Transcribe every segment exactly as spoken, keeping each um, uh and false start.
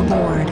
Billboard.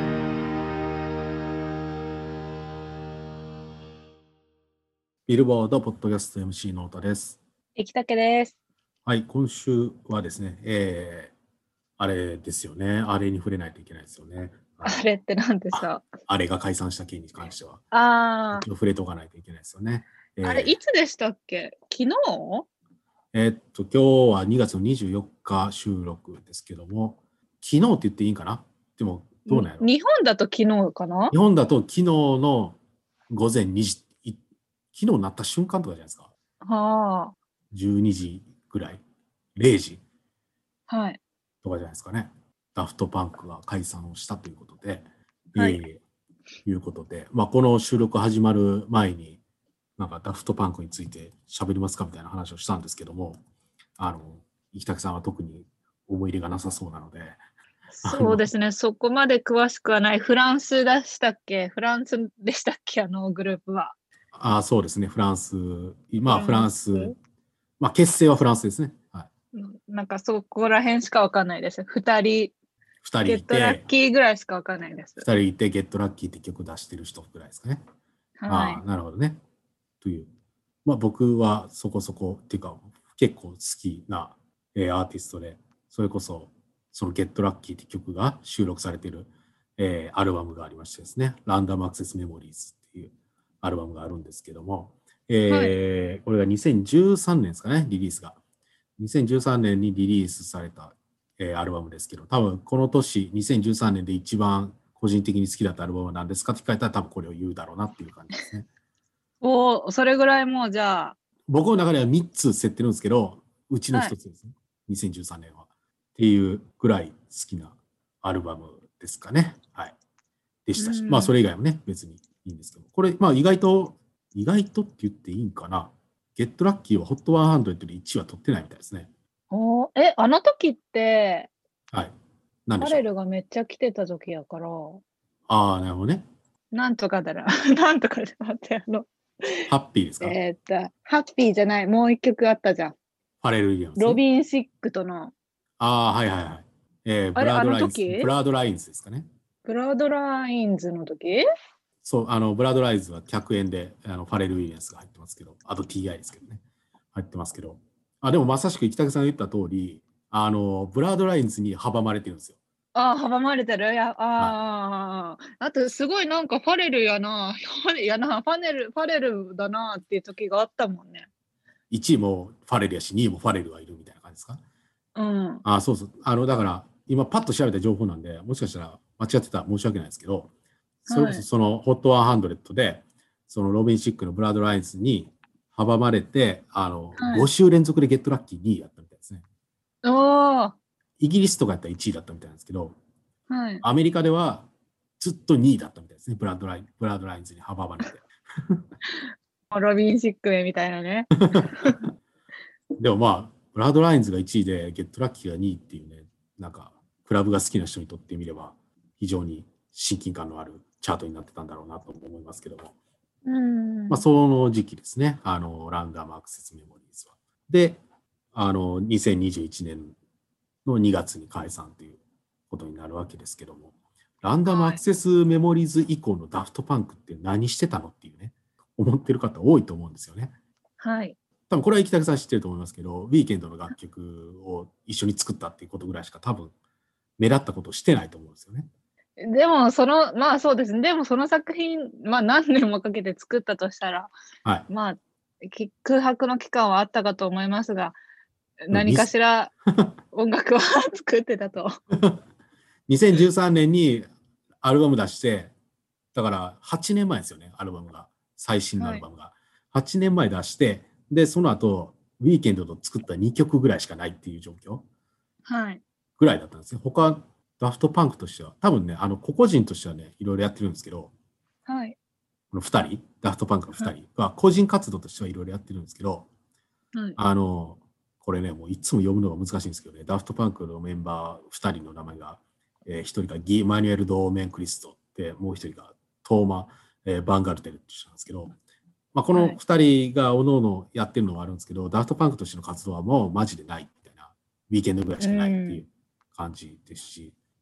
ビルボードポッドキャスト エムシー の太田です。 生竹です。 はい、今週はですね、えー、あれですよね、あれに触れないといけないですよね。 あれって何ですか？ ああれが解散した件に関しては、 あ一応触れとかないといけないですよね。えー、 あれいつでしたっけ？昨日？ えーっと、今日はにがつのにじゅうよっか収録ですけども、昨日って言っていいんかな？でも、どうなんやろ？ 日本だと昨日かな？ 日本だと昨日の午前にじ、い昨日なった瞬間とかじゃないですか。 はあ。 じゅうにじぐらい、れいじはい。 とかじゃないですかね。ダフトパンクが解散をしたということで、 はい、 えー、いうことで、まあ、この収録始まる前に、なんかダフトパンクについて喋りますかみたいな話をしたんですけども、あの、生竹さんは特に思い入れがなさそうなので。 そうですね、そこまで詳しくはない。フランスでしたっけ？フランスでしたっけ？あのグループは。 ああ、そうですね、フランス、まあフランス、まあ結成はフランスですね。はい、 なんかそこら辺しかわかんないです。二人、 二人いて、 ゲットラッキーぐらいしかわかんないです。 二人いて、ゲットラッキーって曲出してる人ぐらいですかね。 はい、 ああ、なるほどね。という。まあ僕はそこそこ、っていうか結構好きな、えー、アーティストで、それこそ、そのゲットラッキーって曲が収録されている、えー、アルバムがありましてですね、ランダムアクセスメモリーズっていうアルバムがあるんですけども、えーはい、これがにせんじゅうさんねんですかね、リリースが。にせんじゅうさんねんにリリースされた、えー、アルバムですけど、多分この年、にせんじゅうさんねんで一番個人的に好きだったアルバムは何ですかって聞かれたら多分これを言うだろうなっていう感じですね。 おお、それぐらいもうじゃあ。 僕の中ではみっつ設ってるんですけど、うちのひとつですね、はい、にせんじゅうさんねんは。っていうぐらい好きなアルバムですかね。はい。でしたし、まあそれ以外もね、別にいいんですけど、これ、まあ意外と、意外とって言っていいんかな。ゲットラッキーは ホットハンドレッド でいちいは取ってないみたいですね。 おえ、あの時って、 はい。何でしょう。 ファレルがめっちゃ来てた時やから。 ああ、なるほどね。 なんとかだな。なんとかで待って、あの。 ハッピーですか？ えー、っと、ハッピーじゃない、もう一曲あったじゃん。 ファレル・ウィリアムス。 ロビン・シックとの。 ああ、はいはいはい。えー、ブラードラインズ。ブラードラインズですかね。 ブラードラインズの時？ そう、あの、ブラードラインズは客演で、あの、ファレル・ウィリアムスが入ってますけど、あと ティーアイ ですけどね。入ってますけど。あ、でもまさしく生竹さんが言った通り、あの、ブラードラインズに阻まれてるんですよ。 ああ、阻まれてる。やあ、はい、あとすごいなんかファレルやな、やな、ファネル、ファレルだなっていう時があったもんね。 いちいもファレルやし、にいもファレルがいるみたいな感じですか？ うん。 あ、そうそう。あの、だから、今パッと調べた情報なんで、もしかしたら間違ってたら申し訳ないですけど、それこそその ホットハンドレッド で、そのロビン・シックのブラードラインズに阻まれて、あの、はい、ご週連続でゲットラッキーにいだったみたいですね。 おー。 イギリスとかやったらいちいだったみたいなんですけど、 はい、 アメリカではずっとにいだったみたいですね、ブラッドライン、ブラッドラインズに阻まれて。 ロビン・シックメみたいなね。 でもまあ、ブラッドラインズがいちいでゲットラッキーがにいっていうね、なんか、クラブが好きな人にとってみれば、非常に親近感のあるチャートになってたんだろうなと思いますけども。 うん。 まあ、その時期ですね、あの、ランダムアクセスメモリーズは。で、あの、にせんにじゅういちねんのにがつに解散ということになるわけですけども、ランダムアクセスメモリーズ以降のダフトパンクって何してたのっていうね、思ってる方多いと思うんですよね。 はい。 多分これは生竹さん知ってると思いますけど、ウィーケンドの楽曲を一緒に作ったっていうことぐらいしか多分目立ったことをしてないと思うんですよね。 でもそのまあそうですね。でもその作品まあ何年もかけて作ったとしたら、 はい、 まあ空白の期間はあったかと思いますが、何かしら音楽は作ってたと。 にせんじゅうさんねんにアルバム出して、だからはちねんまえですよね、アルバムが。最新のアルバムが。はい、はちねんまえ出して、で、その後、ウィーケンドと作ったにきょくぐらいしかないっていう状況。 はい。 ぐらいだったんですね。他、ダフトパンクとしては、多分ね、あの、個々人としてはね、いろいろやってるんですけど、 はい。 このふたり、ダフトパンクのふたりは個人活動としてはいろいろやってるんですけど、 はい、 あの、これね、もういつも読むのが難しいんですけどね、ダフトパンクのメンバーふたりの名前が、えー、ひとりがギー・マニュエル・ドーメン・クリストで、もうひとりがトーマ・えー、バンガルテルって人なんですけど、まあ、このふたりがおのおのやってるのはあるんですけど、はい、ダフトパンクとしての活動はもうマジでないみたいな、ウィーケンドぐらいしかないっていう感じですし、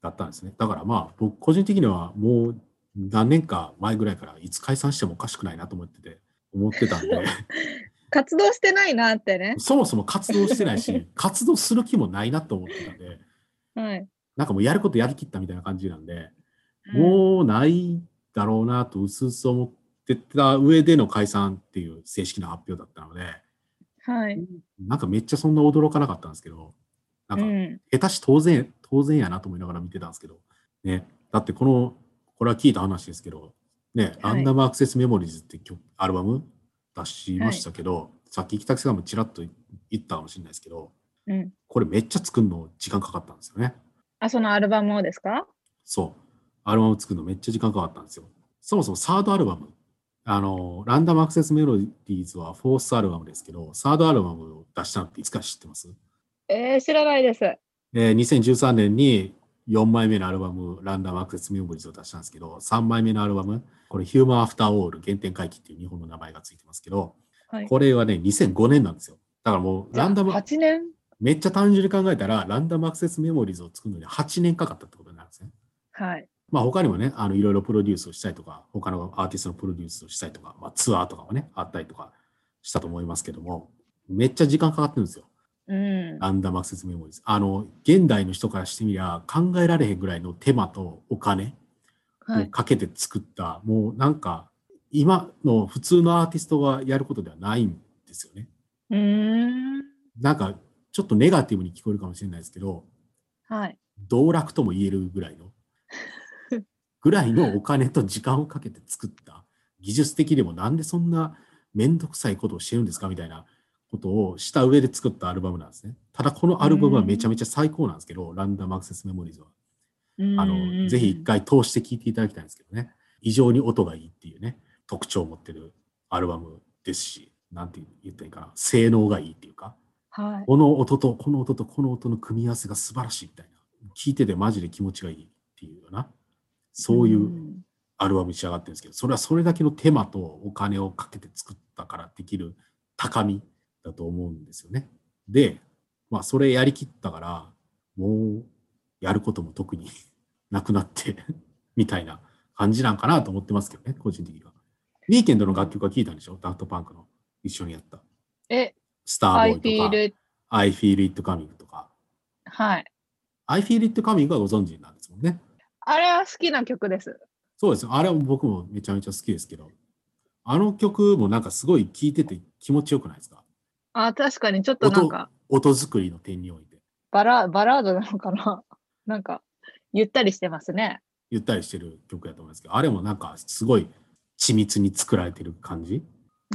だったんですね。だからまあ、僕個人的にはもう何年か前ぐらいからいつ解散してもおかしくないなと思ってて、思ってたんで、 活動してないなってね。 そもそも活動してないし、活動する気もないなと思ってたんで、 はい。 なんかもうやることやりきったみたいな感じなんで、 うん。 もうないだろうなとうすうす思ってた上での解散っていう正式な発表だったので、 はい。 なんかめっちゃそんな驚かなかったんですけど、なんかうん。 下手し当然、当然やなと思いながら見てたんですけど、ね、だってこの、これは聞いた話ですけど、ね、ラはい。 ンダムアクセスメモリーズって曲アルバム出しまはい。 したけど、さっき北木さんもちらっと言ったかもしれないですけど、 うん。 これめっちゃ作るの時間かかったんですよね。 あ、そのアルバムをですか？ そう。アルバム作るのめっちゃ時間かかったんですよ。そもそもサードアルバム、あの、ランダムアクセスメロディーズはフォースアルバムですけど、サードアルバムを出したのっていつか知ってます？ えー、知らないです。 で、にせんじゅうさんねんによんまいめのアルバム、ランダムアクセスメモリーズを出したんですけど、さんまいめのアルバム、これヒューマンアフターオール原点回帰っていう日本の名前がついてますけど、 はい。 これはね、にせんごねんなんですよ。だからもうじゃあ、 ランダム、 はちねん？ めっちゃ単純に考えたら、ランダムアクセスメモリーズを作るのにはちねんかかったってことになるんですね。 はい。 まあ他にもね、あのいろいろプロデュースをしたりとか、他のアーティストのプロデュースをしたりとか、まあツアーとかもね、あったりとかしたと思いますけども、めっちゃ時間かかってるんですよ。 うん。 ランダムアクセスメモリーズ。あの、現代の人からしてみりゃ考えられへんぐらいの手間とお金はい。 をかけて作った、もうなんか、今の普通のアーティストがやることではないんですよね。 うーん。 なんか、ちょっとネガティブに聞こえるかもしれないですけど、 はい。 道楽とも言えるぐらいの、ぐらいのお金と時間をかけて作った、技術的でもなんでそんなめんどくさいことをしてるんですかみたいなことをした上で作ったアルバムなんですね。ただこのうアルバムはめちゃん。 めちゃ最高なんですけど、ランダムアクセスメモリーズは。 うん。 あの、ぜひ一うん。 回通して聴いていただきたいんですけどね。異常に音がいいっていうね、特徴を持ってるアルバムですし、なんて言ったらいいかな、性能がいいっていうか、 はい。 この音とこの音とこの音の組み合わせが素晴らしいみたいな。聴いててマジで気持ちがいいっていうような、 うそういうん。 アルバムに仕上がってるんですけど、それはそれだけの手間とお金をかけて作ったからできる高みだと思うんですよね。で、まあそれやりきったから、もうやることも特になくなってみたいな感じなんかなと思ってますけどね、個人的には。ウィーケンドの楽曲は聞いたんでしょ？ダフトパンクの一緒にやった。 え、 スター I ボーイとか、 feel, I Feel It Coming とか。 はい。 I Feel It Coming はご存知なんですもんね。 あれは好きな曲です。 そうですよ。あれは僕もめちゃめちゃ好きですけど、あの曲もなんかすごい聴いてて気持ちよくないですか？ あ、確かにちょっとなん音、 か、 音作りの点において。 バラバラードなのかな？なんか、ゆったりしてますね。 ゆったりしてる曲やと思いますけど、あれもなんかすごい緻密に作られてる感じうん。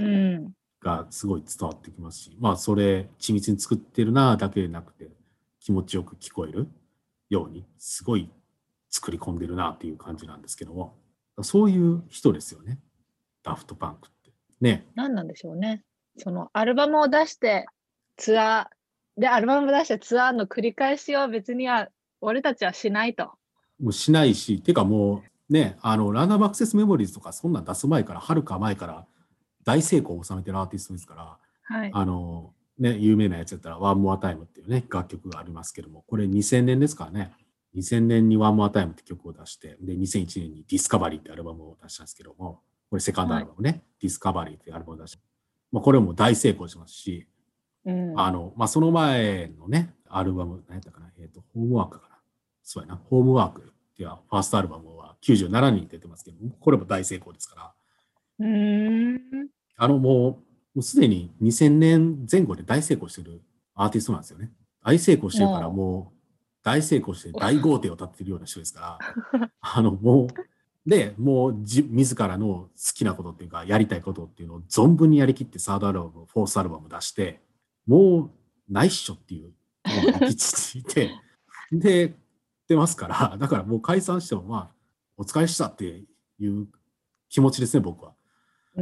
がすごい伝わってきますし、まあそれ緻密に作ってるなだけでなくて気持ちよく聞こえるようにすごい作り込んでるなっていう感じなんですけども、そういう人ですよね、ダフトパンクって。ね。 何なんでしょうね。そのアルバムを出してツアーで、アルバムを出してツアーの繰り返しを別には俺たちはしないと。 もうしないし、てかもうね、あの、ランダムアクセスメモリーズとかそんなん出す前から、はるか前から大成功を収めてるアーティストですから、 はい。 あの、ね、有名なやつやったら、ワンモアタイムっていうね、楽曲がありますけども、これにせんねんですからね。にせんねんにワンモアタイムって曲を出して、で、にせんいちねんにディスカバリーってアルバムを出したんですけども、これセカンドアはい。 ルバムね、ディスカバリーってアルバムを出した。まあ、これも大成功しますし、 うん。 あの、まあ、その前のね、アルバム、何やったかな、えっと、ホームワークかな。そうやな、ホームワークっていうファーストアルバムはきゅうじゅうななねんに出てますけど、これも大成功ですから、 うーん。 あの、もう、もうすでににせんねんぜん後で大成功してるアーティストなんですよね。大成功してるから、 ももう、大成功してう。 大豪邸を建ってるような人ですから、あの、もう、で、もうじ、自らの好きなことっていうか、やりたいことっていうのを存分にやりきってサードアルバム、フォースアルバム出して、もう、ないっしょっていうところまで行き着いて、で、出ますから、だからもう解散しても、まあ、お疲れしたっていう気持ちですね、僕は。 うん。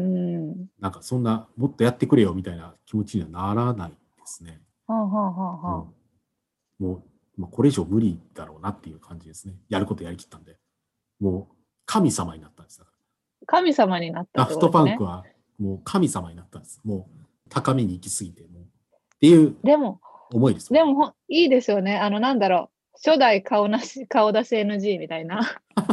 なんかそんな、もっとやってくれよみたいな気持ちにはならないですね。 はあはあはあうん。 はあ。 もう、まあ、これ以上無理だろうなっていう感じですね。やることやりきったんで。もう、神様になったんです。だから神様になったってダフトことですね。 パンクは、もう神様になったんです。もう、高みに行き過ぎて、もう、っていうでも思いです、僕は。 でも、ほいいですよね。あの、なんだろう。 初代顔なし、顔出し エヌジー みたいな。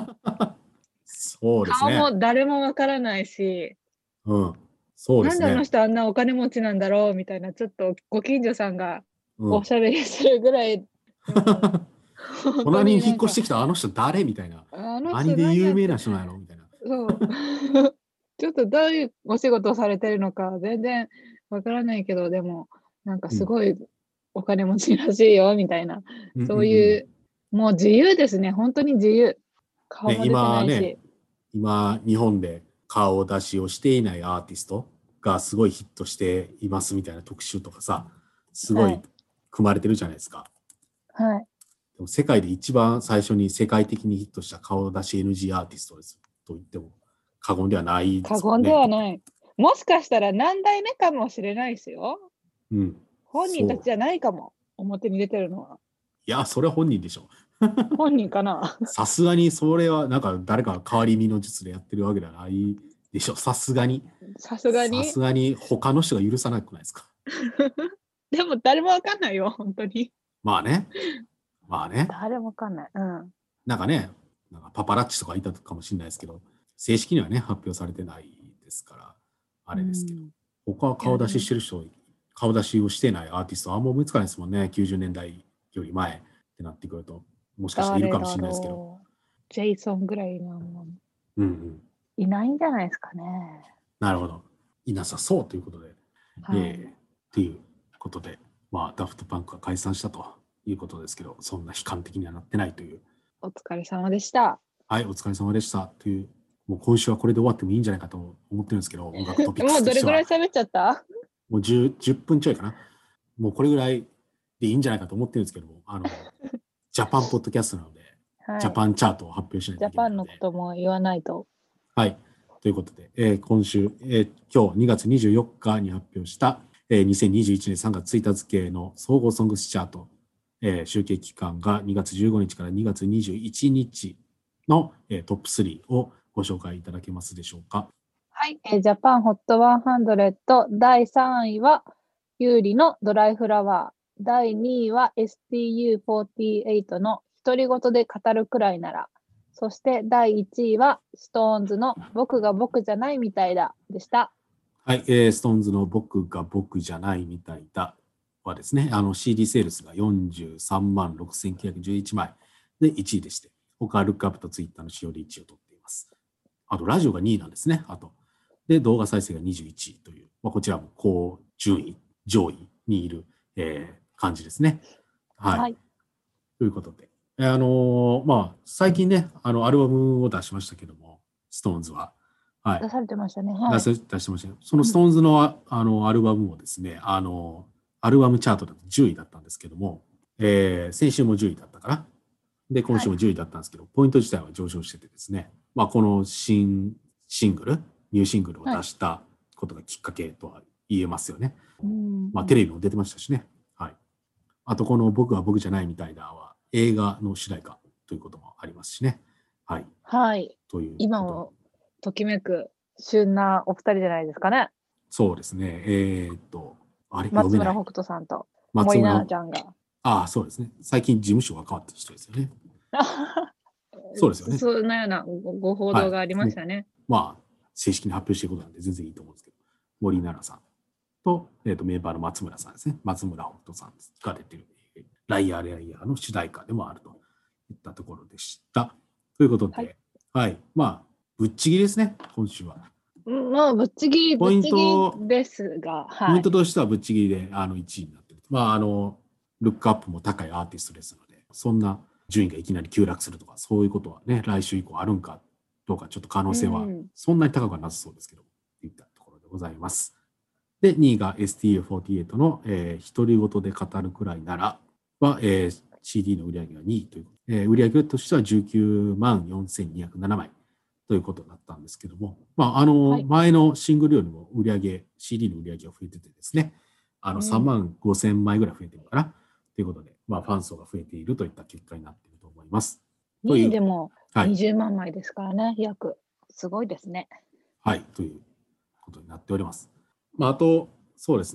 そうです顔ね。 も誰もわからないし、 うん。そうでなんであのすね。 人あんなお金持ちなんだろうみたいな、ちょっとご近所さんがうん。 おしゃべりするぐらい、もう本当隣にになんか、 引っ越してきたあの人誰みたいな。 あの何で人何やって、 有名な人なのみたいな。 そう。ちょっとどういうお仕事をされてるのか全然わからないけど、でも、なんかうん。 すごいお金持ちらしいよみたいな、 うんうんそううん。 いう、もう自由ですね、本当に自由。顔ね、 も出てな今ね、 いし。 今日本で顔出しをしていないアーティストがすごいヒットしていますみたいな特集とかさ、すごいはい。 組まれてるじゃないですか。 はい。 でも世界で一番最初に世界的にヒットした顔出し エヌジー アーティストですと言っても過言ではないで過言ですもんね。 はない。もしかしたら何代目かもしれないですよ。 うん。 本人たちそう。 じゃないかも。表に出てるのは。 いや、それは本人でしょ。 本人かな。 さすがにそれはなんか誰か代わり身の術でやってるわけではないでしょ。さすがに。 さすがに。 さすがに他の人が許さなくないですか。 でも誰もわかんないよ、本当に。 まあね。まあね。 誰もわかんない。うん。 なんかね、なんかパパラッチとかいたかもしれないですけど、正式にはね、発表されてないですから、あれですけど、 うん。 他は顔出ししてる人、顔出しをしてないアーティストはあんま思いつかないですもんね。きゅうじゅうねんだいより前ってなってくると、もしかしたらいるかもし誰だれないですけど。 ろう。ジェイソンぐらいなもん。 うんうん。 いないんじゃないですかね。 なるほど。いなさそうということで、 はい。 えー、っていうことで、まあ、ダフトパンクが解散したということですけど、そんな悲観的にはなってないという。 お疲れ様でした。 はい、お疲れ様でしたという、もう今週はこれで終わってもいいんじゃないかと思ってるんですけど、音楽トピックもうどれスとしては。 ぐらい喋っちゃった？ もう 10, じゅっぷんちょいかな。もうこれぐらいでいいんじゃないかと思ってるんですけども、あの、ジャパンポッドキャストなので、 はい、 ジャパンチャートを発表しないといけないので。 ジャパンのことも言わないと。 はい。ということで、えー、今週、えー、今日にがつにじゅうよっかに発表した、えー、にせんにじゅういちねんさんがつついたち付の総合ソングスチャート、えー、集計期間がにがつじゅうごにちからにがつにじゅういちにちの、えー、トップスリーをご紹介いただけますでしょうか。 はい、えー、ジャパンホットひゃくだいさんいはユーリのドライフラワー、だいにいは エスティーユーフォーティーエイト の独り言で語るくらいなら、そしてだいいちいはストーンズの僕が僕じゃないみたいだでした。 はい、えー、ストーンズの僕が僕じゃないみたいだはですね、あの シーディー セールスがよんじゅうさんまんろくせんきゅうひゃくじゅういちまいでいちいでして、他はルックアップとツイッターの使用でいちいを取っています。あと、ラジオがにいなんですね。あと。で、動画再生がにじゅういちいという、まあ、こちらも高順位、上位にいる、えー、感じですね。はい。はい、ということで。えー、あのー、まあ、最近ね、あの、アルバムを出しましたけども、ストーンズは。はい。 出されてましたね。はい、 出し出してました。そのストーンズの、あのアルバムもですね、あの、アルバムチャートだとじゅういだったんですけども、えー、先週もじゅういだったかな。で、今週もじゅういだったんですけど、はい、ポイント自体は上昇しててですね、まあ、この新シングル、ニューシングルを出したことがきっかけとは言えますよね。はい、まあ、テレビも出てましたしね。はい。あと、この僕は僕じゃないみたいだは映画の主題歌ということもありますしね。はい。 はい。という今をときめく旬なお二人じゃないですかね。 そうですね。えー、っと、あれ松村北斗さんと森七菜ちゃんが。 ああ、そうですね。最近事務所が変わった人ですよね。そうですよね。 そんなようなご報道がありましたね。はい、 まあ、正式に発表していることなんで全然いいと思うんですけど、森七菜さんと、えー、とメンバーの松村さんですね。松村北斗さんが出ている、ライアーライアーの主題歌でもあるといったところでした。ということで、はい、はい、まあ、ぶっちぎりですね、今週は。 まあ、ぶっちぎり、ぶっちぎりですが、はい、 ポイントとしてはぶっちぎりであのいちいになっている。まあ、あの、ルックアップも高いアーティストですので、そんな順位がいきなり急落するとか、そういうことはね、来週以降あるんかどうか、ちょっと可能性はそんなに高くはなさそうですけど、といったところでございます。で、にいが エスティーユーフォーティーエイト の、えー、独り言で語るくらいならは、えー、シーディー の売り上げがにいということで、えー、売り上げとしてはじゅうきゅうまんよんせんにひゃくななまいということだったんですけども、まあ、あの、前のシングルよりも売り上げ、シーディー の売り上げが増えててですね、あのさんまんごせんまいぐらい増えてるかな、ということで、まあ、ファン層が増えているといった結果になっていると思います。 にいでもにじゅうまんまいですからね、はい、約。すごいですね。 はい、ということになっております。まあ、あと、そうですね。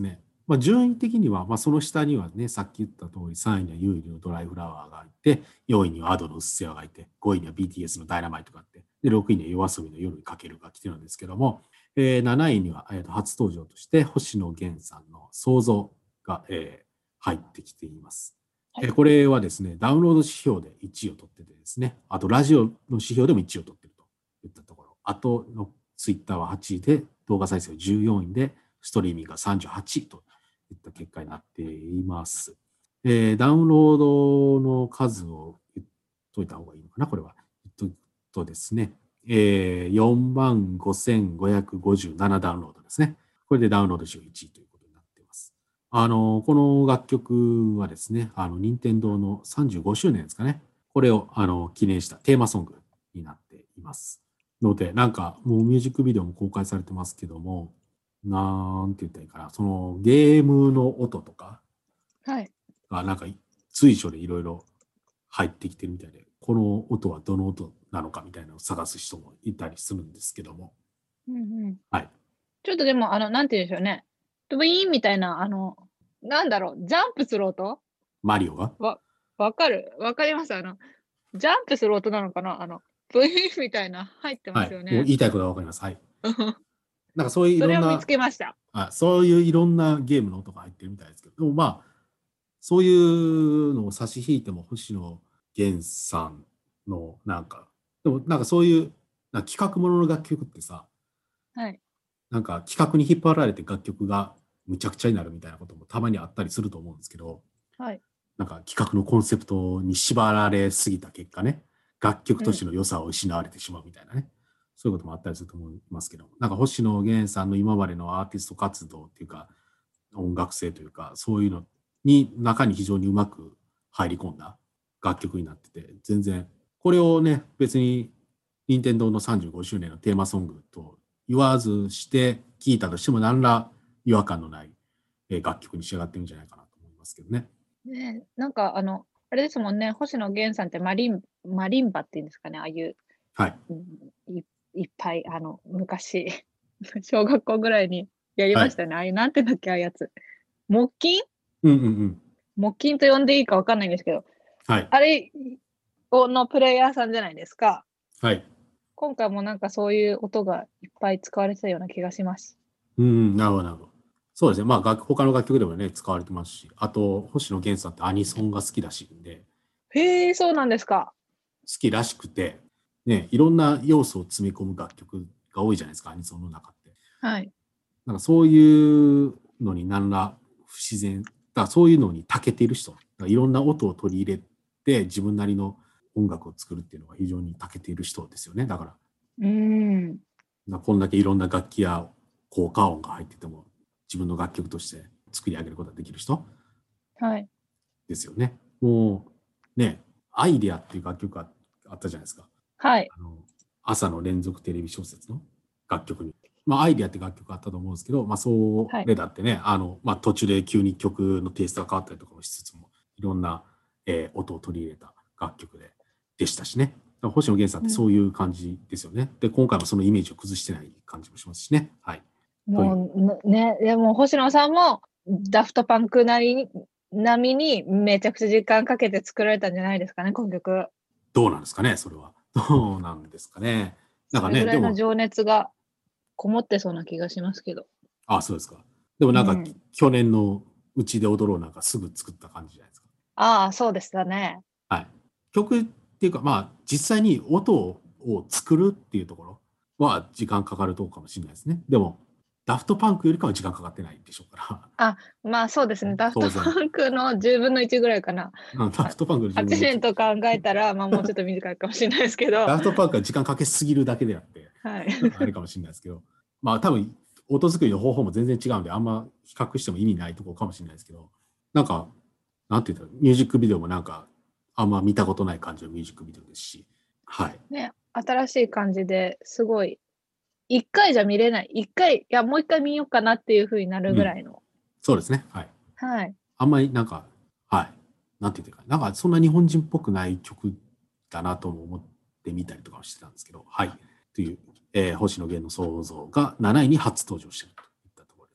まあ、順位的には、まあ、その下にはね、さっき言った通り、さんいにはユーリのドライフラワーがいて、よんいにはアドのうっせぇわがいて、ごいには ビーティーエス のダイナマイトがあって、で、ろくいには夜遊びの夜にかけるが来てるんですけども、えー、なないには、えーと初登場として星野源さんの創造が、えー入ってきています。 はいえーこれはですね、ダウンロード指標でいちいを取っててですね、あとラジオの指標でもいちいを取ってるといったところ、あとのツイッターははちいで、動画再生はじゅうよんいで、ストリーミングがさんじゅうはちいといった結果になっています。えーダウンロードの数を言っといた方がいいのかな、これは。言っとくとですね、えー、よんまんごせんごひゃくごじゅうななダウンロードですね。これでダウンロード数いちいということになっています。あの、この楽曲はですね、あの、任天堂のさんじゅうごしゅうねんですかね。これを、あの、記念したテーマソングになっています。ので、なんか、もうミュージックビデオも公開されてますけども、なんて言ったらいいかな、そのゲームの音とかはい。 がなんか随所でいろいろ入ってきてるみたいで、この音はどの音なのかみたいなのを探す人もいたりするんですけども、 うんうん。 はい。 ちょっとでも、あの、なんて言うんでしょうね。ドビーンみたいな、あの、なんだろう、ジャンプする音マリオがわ、わかるわかりますあの、ジャンプする音なのかなあの、ブイーンみたいな入ってはい。もうますよね。 言いたいことはわかります。はい。なんかそういういそれを見つろんな、 けました。 あ、そういういろんなゲームの音が入ってるみたいですけど、でもまあ、そういうのを差し引いても星野源さんのなんか、でもなんかそういうなんか企画ものの楽曲ってさ、 はい。 なんか企画に引っ張られて楽曲がむちゃくちゃになるみたいなこともたまにあったりすると思うんですけど、 はい。 なんか企画のコンセプトに縛られすぎた結果ね、楽曲うん。 としての良さを失われてしまうみたいなね、そういうこともあったりすると思いますけど、なんか星野源さんの今までのアーティスト活動っていうか、音楽性というか、そういうのに中に非常にうまく入り込んだ楽曲になってて、全然、これをね、別に任天堂のさんじゅうごしゅうねんのテーマソングと言わずして聴いたとしても何ら違和感のないえー楽曲に仕上がってるんじゃないかなと思いますけどね。 ね、なんかあの、あれですもんね、星野源さんってマリン、マリンバっていうんですかね、ああいう、 はい。 うんい、いっぱい、あの、昔、小学校ぐらいにやりはい。 ましたよね。ああいう、なんていうんだっけ、ああいうやつ。木琴うんうんうん。 木琴と呼んでいいかわかんないんですけど、 はい。 あれをのプレイヤーさんじゃないですか。 はい。 今回もなんかそういう音がいっぱい使われてたような気がします。 うん、なるほど、なるほど。そうですね。まあ、楽他の楽曲でもね、使われてますし、あと、星野源さんってアニソンが好きらしいんで、 へえ、そうなんですか。 好きらしくて、ね、いろんな要素を詰め込む楽曲が多いじゃないですか、アニソンの中って。 はい。 なんかそういうのに何ら不自然、だからそういうのに長けている人、だからいろんな音を取り入れて自分なりの音楽を作るっていうのが非常に長けている人ですよね。だから、 うーん。 だからこんだけいろんな楽器や効果音が入ってても自分の楽曲として作り上げることができる人はい。 ですよね。もうね、アイデアっていう楽曲があったじゃないですか。 はい。 あの朝の連続テレビ小説の楽曲に。まあ、アイデアって楽曲あったと思うんですけど、まあ、そはい。 れだってね、あの、まあ、途中で急に曲のテイストが変わったりとかもしつつも、いろんな、えー音を取り入れた楽曲ででしたしね。だから星野源さんってそういう感じですよね。で、今回もそのイメージを崩してない感じもしますしね。はい。という。 もうね、でも星野さんもダフトパンクなりに、並みにめちゃくちゃ時間かけて作られたんじゃないですかね、この曲。 どうなんですかね、それは。どうなんですかね。なんそれかね、でも、 ぐらいの情熱がこもってそうな気がしますけど。 あ、そうですか。でもなんか、 うん。 去年のうちで踊ろうなんかすぐ作った感じじゃないですか。 ああ、そうでしたね。 はい。曲っていうか、まあ、実際に音を作るっていうところは時間かかるとこかもしれないですね。でも、ダフトパンクよりかは時間かかってないでしょうかあ、まあそうですね。 ら、 ダフト当然。 パンクのじゅうぶんのいちぐらいかな。 うんダあ、 フトパンクの10 8 分のいち。 年と考えたら、まあもうちょっと短いかもしれないですけど、 ダフトパンクは時間かけすぎるだけであって、 はい。 あれかもしれないですけど、まあ多分、音作りの方法も全然違うんで、あんま比較しても意味ないところかもしれないですけど、なんか、なんて言ったら、ミュージックビデオもなんか、あんま見たことない感じのミュージックビデオですし、はい。 ね、新しい感じですごい、いっかいじゃ見れない。いっかい、いや、もういっかい見ようかなっていう風になるうん。 ぐらいの。 そうですね。はい。 はい。 あんまりなんか、はい。なんて言うか、なんかそんな日本人っぽくない曲だなとも思ってみたりとかもしてたんですけど、はい。という、えー星野源の創造がなないに初登場しているといったところです。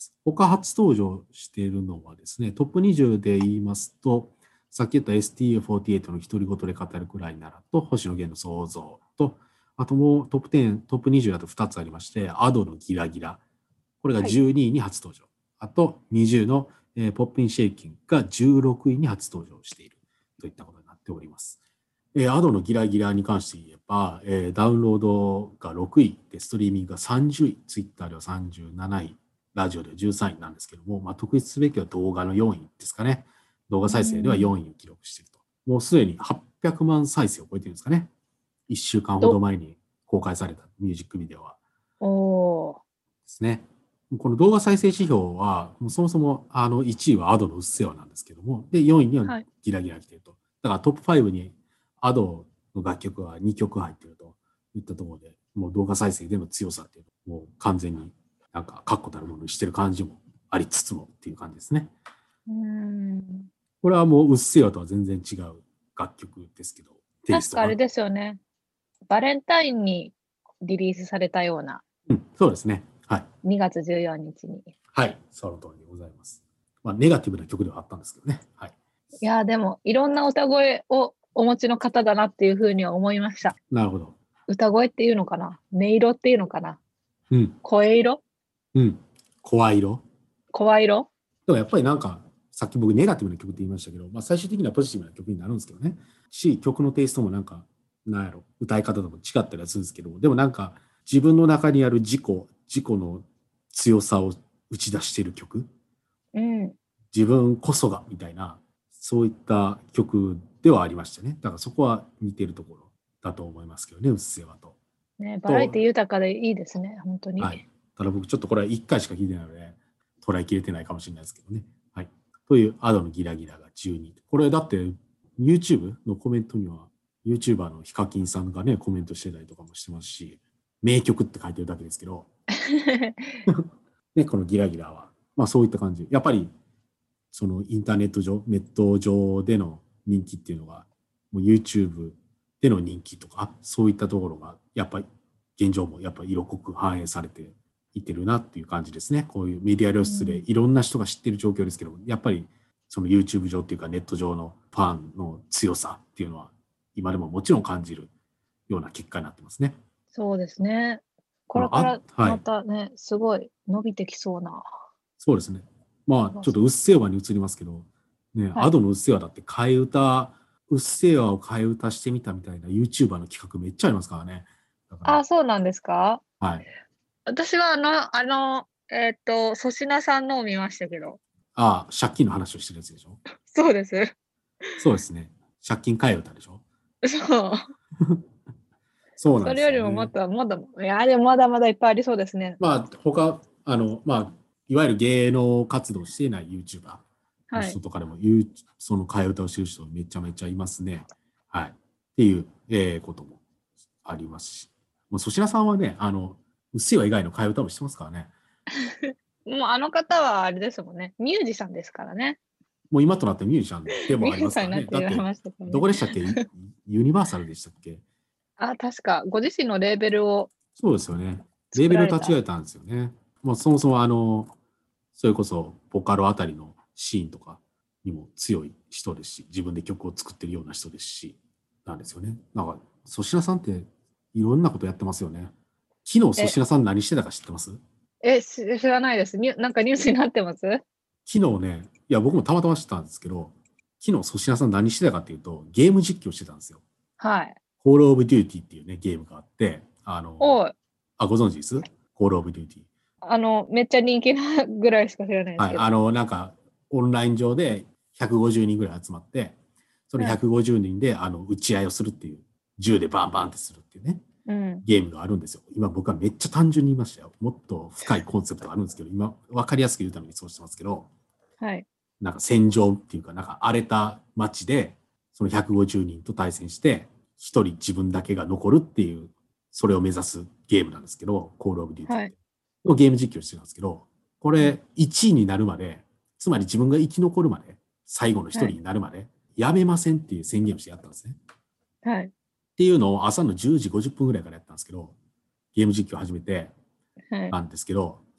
です。他初登場しているのはですね、トップにじゅうで言いますと、さっき言った エスティーユーフォーティーエイト の独り言で語るくらいならと、星野源の創造と、あともうトップじゅう、トップにじゅうだとふたつありまして、アドのギラギラ。これがじゅうにいに初登場。はい、あとにじゅうの、えー、ポップインシェイキンがじゅうろくいに初登場しているといったことになっております。えー、アドのギラギラに関して言えば、えー、ダウンロードがろくいで、ストリーミングがさんじゅうい、ツイッターではさんじゅうなない、ラジオではじゅうさんいなんですけども、まあ、特筆すべきは動画のよんいですかね。動画再生ではよんいを記録していると。もうすでにはっぴゃくまん再生を超えてるんですかね。いっしゅうかんほど前に公開されたミュージックビデオは。 おー。 ですね。この動画再生指標は、もうそもそもあのいちいはアドのうっせぇわなんですけども、で、よんいにはギラギラ来ていると。はい、だからトップごにアドの楽曲はにきょく入っているといったところで、もう動画再生での強さっていうのをもう完全になんか確固たるものにしてる感じもありつつもっていう感じですね。 うーん。 これはもううっせぇわとは全然違う楽曲ですけど、 テイスト確かあれですよね。バレンタインにリリースされたような。 うん、そうですね。はい。 にがつじゅうよっかにに。 はい、その通りでございます。まあ、ネガティブな曲ではあったんですけどね。はい。 いや、でも、いろんな歌声をお持ちの方だなっていうふうには思いました。 なるほど。 歌声っていうのかな、音色っていうのかな、 うん。 声色うん。声色声色でもやっぱりなんか、さっき僕ネガティブな曲って言いましたけど、まあ最終的にはポジティブな曲になるんですけどね。し、曲のテイストもなんか、なんやろ、歌い方とも違ったりはするんですけど、でもなんか、自分の中にある自己、自己の強さを打ち出している曲、 うん、 自分こそがみたいな、そういった曲ではありましたね。だからそこは似てるところだと思いますけどね、うっせぇわと。 ね、バラエティ豊かでいいですね、本当に。 はい。ただ僕ちょっとこれはいっかいしか聞いてないので、捉えきれてないかもしれないですけどね。はい。というアドのギラギラがじゅうに。これだって YouTube のコメントには YouTuber のヒカキンさんがね、コメントしてたりとかもしてますし、名曲って書いてるだけですけど、ね、このギラギラは、まあそういった感じ。やっぱり、そのインターネット上、ネット上での人気っていうのが、もう YouTube での人気とか、そういったところが、やっぱり現状もやっぱり色濃く反映されていってるなっていう感じですね。こういうメディア露出でいろんな人が知ってる状況ですけど、やっぱりその YouTube 上っていうかネット上のファンの強さっていうのは、今でももちろん感じるような結果になってますね。 そうですね。これからまたね、はい、すごい伸びてきそうな。 そうですね。まあ、ちょっとうっせぇわに移りますけど、ね、はい、アドのうっせぇわだって替え歌、うっせぇわを替え歌してみたみたいな YouTuber の企画めっちゃありますからね。 ああ、そうなんですか？ はい。 私はあの、あの、えっと、粗品さんのを見ましたけど。 ああ、借金の話をしてるやつでしょ？ そうです。 そうですね。借金替え歌でしょ？ そう。 そうなんですよね。 それよりももっと、まだ、いや、でもまだまだいっぱいありそうですね。 まあ、他、あの、まあ、いわゆる芸能活動していない YouTuber の人とかでも、はい、その替え歌をしてる人めちゃめちゃいますね。はい。っていう、えー、こともありますし。もう粗品さんはね、あの、うっせぇわ以外の替え歌もしてますからね。 もうあの方はあれですもんね。ミュージシャンですからね。 もう今となってミュージシャンでもありますからね。だって、どこでしたっけ？ユニバーサルでしたっけ？ あ、確か、ご自身のレーベルを。 そうですよね。レーベルを立ち上げたんですよね。もうそもそもあの、それこそボカロあたりのシーンとかにも強い人ですし、自分で曲を作ってるような人ですし、なんですよね。なんか、粗品さんっていろんなことやってますよね。昨日粗品さん何してたか知ってます？ え、知らないです。ニュなんかニュースになってます？ 昨日ね、いや僕もたまたま知ったんですけど、昨日粗品さん何してたかっていうと、ゲーム実況してたんですよ。 はい。 コールオブデューティーっていうね、ゲームがあって、あの、あ、ご存知です？コールオブデューティー。 あの、めっちゃ人気なぐらいしか知らないですけど。 はい、あの、なんか、オンライン上でひゃくごじゅうにんぐらい集まって、そのひゃくごじゅうにんで、はい、あの、撃ち合いをするっていう、銃でバンバンってするっていうね、うん、ゲームがあるんですよ。今僕はめっちゃ単純に言いましたよ。もっと深いコンセプトがあるんですけど、今、わかりやすく言うためにそうしてますけど、はい。なんか戦場っていうか、なんか荒れた街で、そのひゃくごじゅうにんと対戦して、一人自分だけが残るっていう、それを目指すゲームなんですけど、コールオブデューティーって。のゲーム実況してるんですけど、これいちいになるまで、つまり自分が生き残るまで、最後の一人になるまで、はい、やめませんっていう宣言をしてやったんですね。はい。っていうのを朝のじゅうじごじゅっぷんぐらいからやったんですけど、ゲーム実況始めて、なんですけど、はい、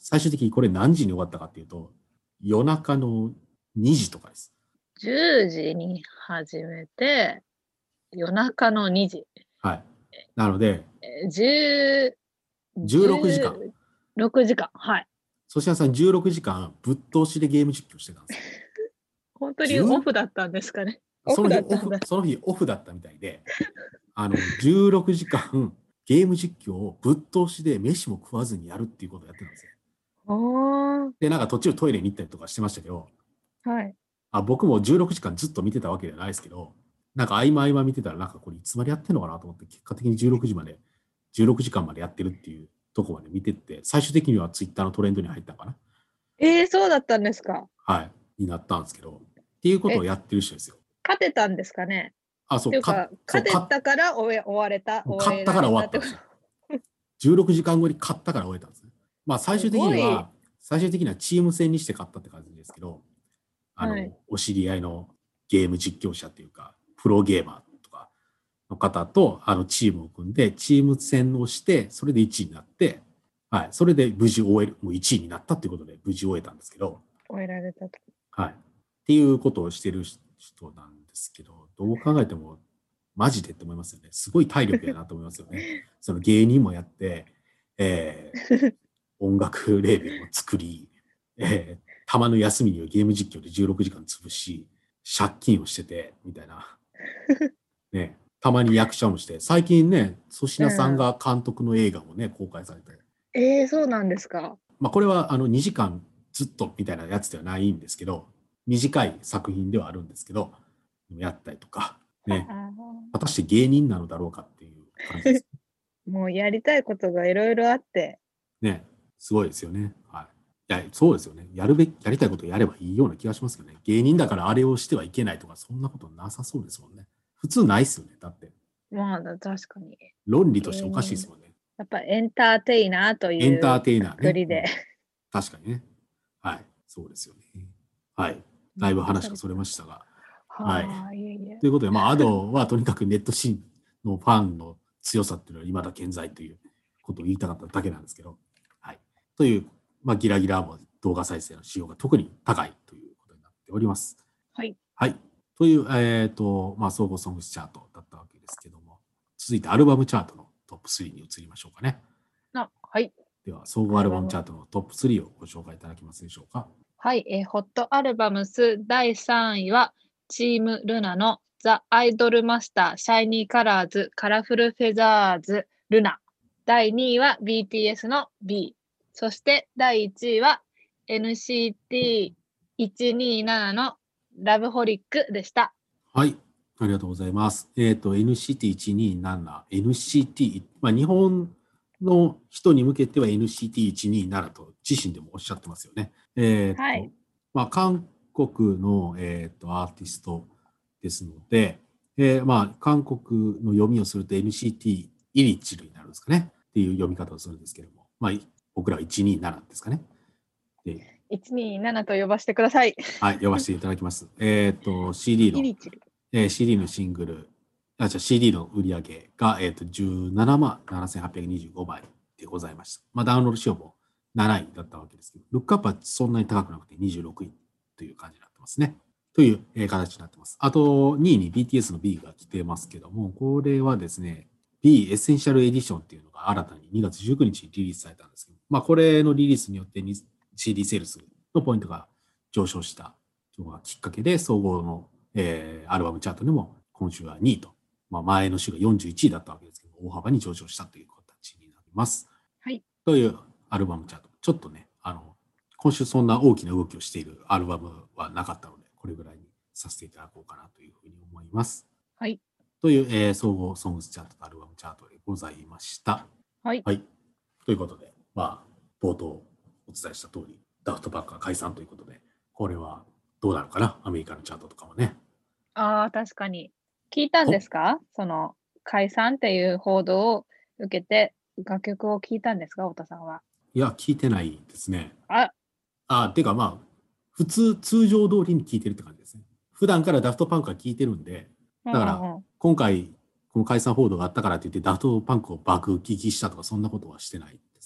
最終的にこれ何時に終わったかっていうと、夜中のにじとかです。 じゅうじに始めて、夜中のにじ。 はい。なので、 じゅう、 じゅうろくじかん。 じゅうろくじかん。はい。 粗品さんじゅうろくじかんぶっ通しでゲーム実況してたんですよ。 本当にオフだったんですかね。 その日オフ、その日オフだったみたいで、あの、じゅうろくじかんゲーム実況をぶっ通しで飯も食わずにやるっていうことをやってたんですよ。で、なんか途中トイレに行ったりとかしてましたけど、 はい。 あ、僕もじゅうろくじかんずっと見てたわけじゃないですけど、なんか合間合間見てたら、なんかこれいつまでやってんのかなと思って、結果的にじゅうろくじまで、じゅうろくじかんまでやってるっていうとこまで見てって、最終的にはツイッターのトレンドに入ったのかな。 えー、そうだったんですか。 はい。になったんですけど、っていうことをやってる人ですよ。 勝てたんですかね。 あ、そう、 か勝てたから終われた。 勝ったから終わったんですよ。じゅうろくじかんごに勝ったから終えたんですね。まあ最終的には、最終的にはチーム戦にして勝ったって感じですけど、あの、はい、お知り合いのゲーム実況者っていうか、プロゲーマーとかの方とあのチームを組んで、チーム戦をして、それでいちいになって、はい、それで無事終える、もういちいになったっていうことで無事終えたんですけど。 終えられたと。 はい。っていうことをしてる人なんですけど、どう考えてもマジでって思いますよね。すごい体力やなと思いますよね。その芸人もやって、えー、音楽レーベルも作り、えー、たまの休みにはゲーム実況でじゅうろくじかん潰し、借金をしてて、みたいな。ね、たまに役者もして、最近ね、粗品さんが監督の映画もね、公開されて。 えー、そうなんですか。 まあ、これはあのにじかんずっとみたいなやつではないんですけど、短い作品ではあるんですけど、やったりとか、ね、果たして芸人なのだろうかっていう感じです。 もうやりたいことがいろいろあって。 ね、すごいですよね。はい。いや、そうですよね。やるべき、やりたいことをやればいいような気がしますけどね。芸人だからあれをしてはいけないとか、そんなことなさそうですもんね。普通ないっすよね。だって。 まあ、確かに。 論理としておかしいですもんね。 やっぱエンターテイナーというエンターテイナーね。 で、 うん、確かにね。はい。そうですよね。はい。だいぶ話がそれましたが。はい。はい、いえいえということで、まあ、アドはとにかくネットシーンのファンの強さっていうのは未だ健在ということを言いたかっただけなんですけど、はい。という、まあ、ギラギラも動画再生の仕様が特に高いということになっております。 はい。 はい。という、えっと、まあ、総合ソングスチャートだったわけですけども、続いてアルバムチャートのトップスリーに移りましょうかね。 あ、はい。 では、総合アルバムチャートのトップスリーをご紹介いただけますでしょうか。 はい、えー、ホットアルバムスだいさんいは、チームルナのザ・アイドルマスター、シャイニーカラーズ、カラフルフェザーズ、ルナ。だいにいは ビーティーエス の B。そしてだいいちいは エヌシーティーいちにーなな のラブホリックでした。 はい。ありがとうございます。えっと、エヌシーティーいちにーなな、エヌシーティー、まあ、日本の人に向けては エヌシーティーいちにーなな と自身でもおっしゃってますよね。えっと、はい、まあ、韓国の、えっと、アーティストですので、えー、まあ、韓国の読みをすると エヌシーティー イリチルになるんですかねっていう読み方をするんですけれども、まあ、僕らはいちにーななですかね。 でいちにーななと呼ばせてください。 はい、呼ばせていただきます。えっと、シーディー の、えー、シーディー のシングル、あ、じゃ シーディー の売り上げが、えっと、じゅうななまんななせんはっぴゃくにじゅうごまいでございました。まあ、ダウンロード賞もなないだったわけですけど、ルックアップはそんなに高くなくてにじゅうろくいという感じになってますね。という、えー、形になってます。あと、にいに ビーティーエス の B が来てますけども、これはですね、B エッセンシャルエディションっていうのが新たににがつじゅうくにちにリリースされたんですけど、まあ、これのリリースによって シーディー セールスのポイントが上昇したのがきっかけで、総合の、えー、アルバムチャートでも今週はにいと、まあ、前の週がよんじゅういちいだったわけですけど、大幅に上昇したという形になります。 はい。 というアルバムチャート。ちょっとね、あの、今週そんな大きな動きをしているアルバムはなかったので、これぐらいにさせていただこうかなというふうに思います。 はい。 という、えー、総合ソングスチャートとアルバムチャートでございました。 はい。 はい。ということで、まあ、冒頭お伝えした通り、ダフトパンクは解散ということで、これはどうなのかな、アメリカのチャートとかもね。 ああ、確かに。聞いたんですか？その解散っていう報道を受けて、楽曲を聞いたんですか、太田さんは。 いや、聞いてないですね。 ああ、てかまあ、普通、通常通りに聞いてるって感じですね。普段からダフトパンクは聞いてるんで、だから、今回、この解散報道があったからといって、ダフトパンクを爆聞きしたとか、そんなことはしてないです。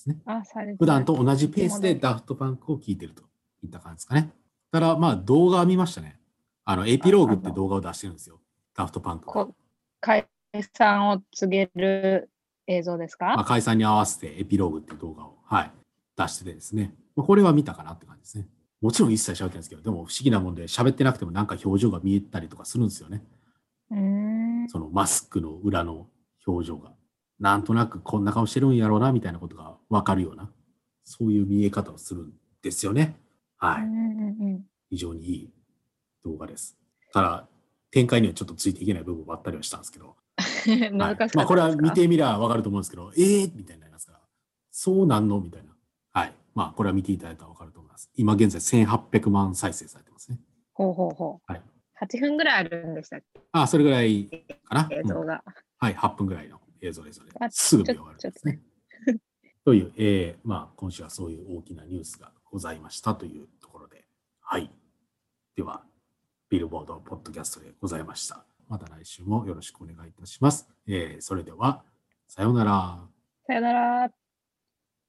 ですね。 あ、されて普段と同じペースでダフトパンクを聞いてるといった感じですかね。ただ、まあ動画は見ましたね。あの、エピローグって動画を出してるんですよ。ダフトパンクが。 こ解散を告げる映像ですか？ まあ、解散に合わせてエピローグっていう動画を、はい、出しててですね。まあ、これは見たかなって感じですね。もちろん一切喋ってないんですけど、でも不思議なもんで喋ってなくてもなんか表情が見えたりとかするんですよね。 うーん。 そのマスクの裏の表情が。なんとなくこんな顔してるんやろうなみたいなことがわかるような、そういう見え方をするんですよね。はい。 うんうんうん。 非常にいい動画です。ただ、展開にはちょっとついていけない部分もあったりはしたんですけど、 難しかったですか？ はい、まあこれは見てみりゃわかると思うんですけど、えーみたいになりますから、そうなんのみたいな。はい。まあこれは見ていただいたらわかると思います。今現在せんはっぴゃくまん再生されてますね。 ほうほうほう。 はい。 はちふんぐらいあるんでしたっけ？ あ、それぐらいかな。 映像が。 うん、はい、はっぷんぐらいの映像ですので、 あすぐ見終わるんちょですね。という、えー、まあ今週はそういう大きなニュースがございましたというところで、はい。では、ビルボードポッドキャストでございました。また来週もよろしくお願いいたします。えー、それでは、さようなら。 さよなら。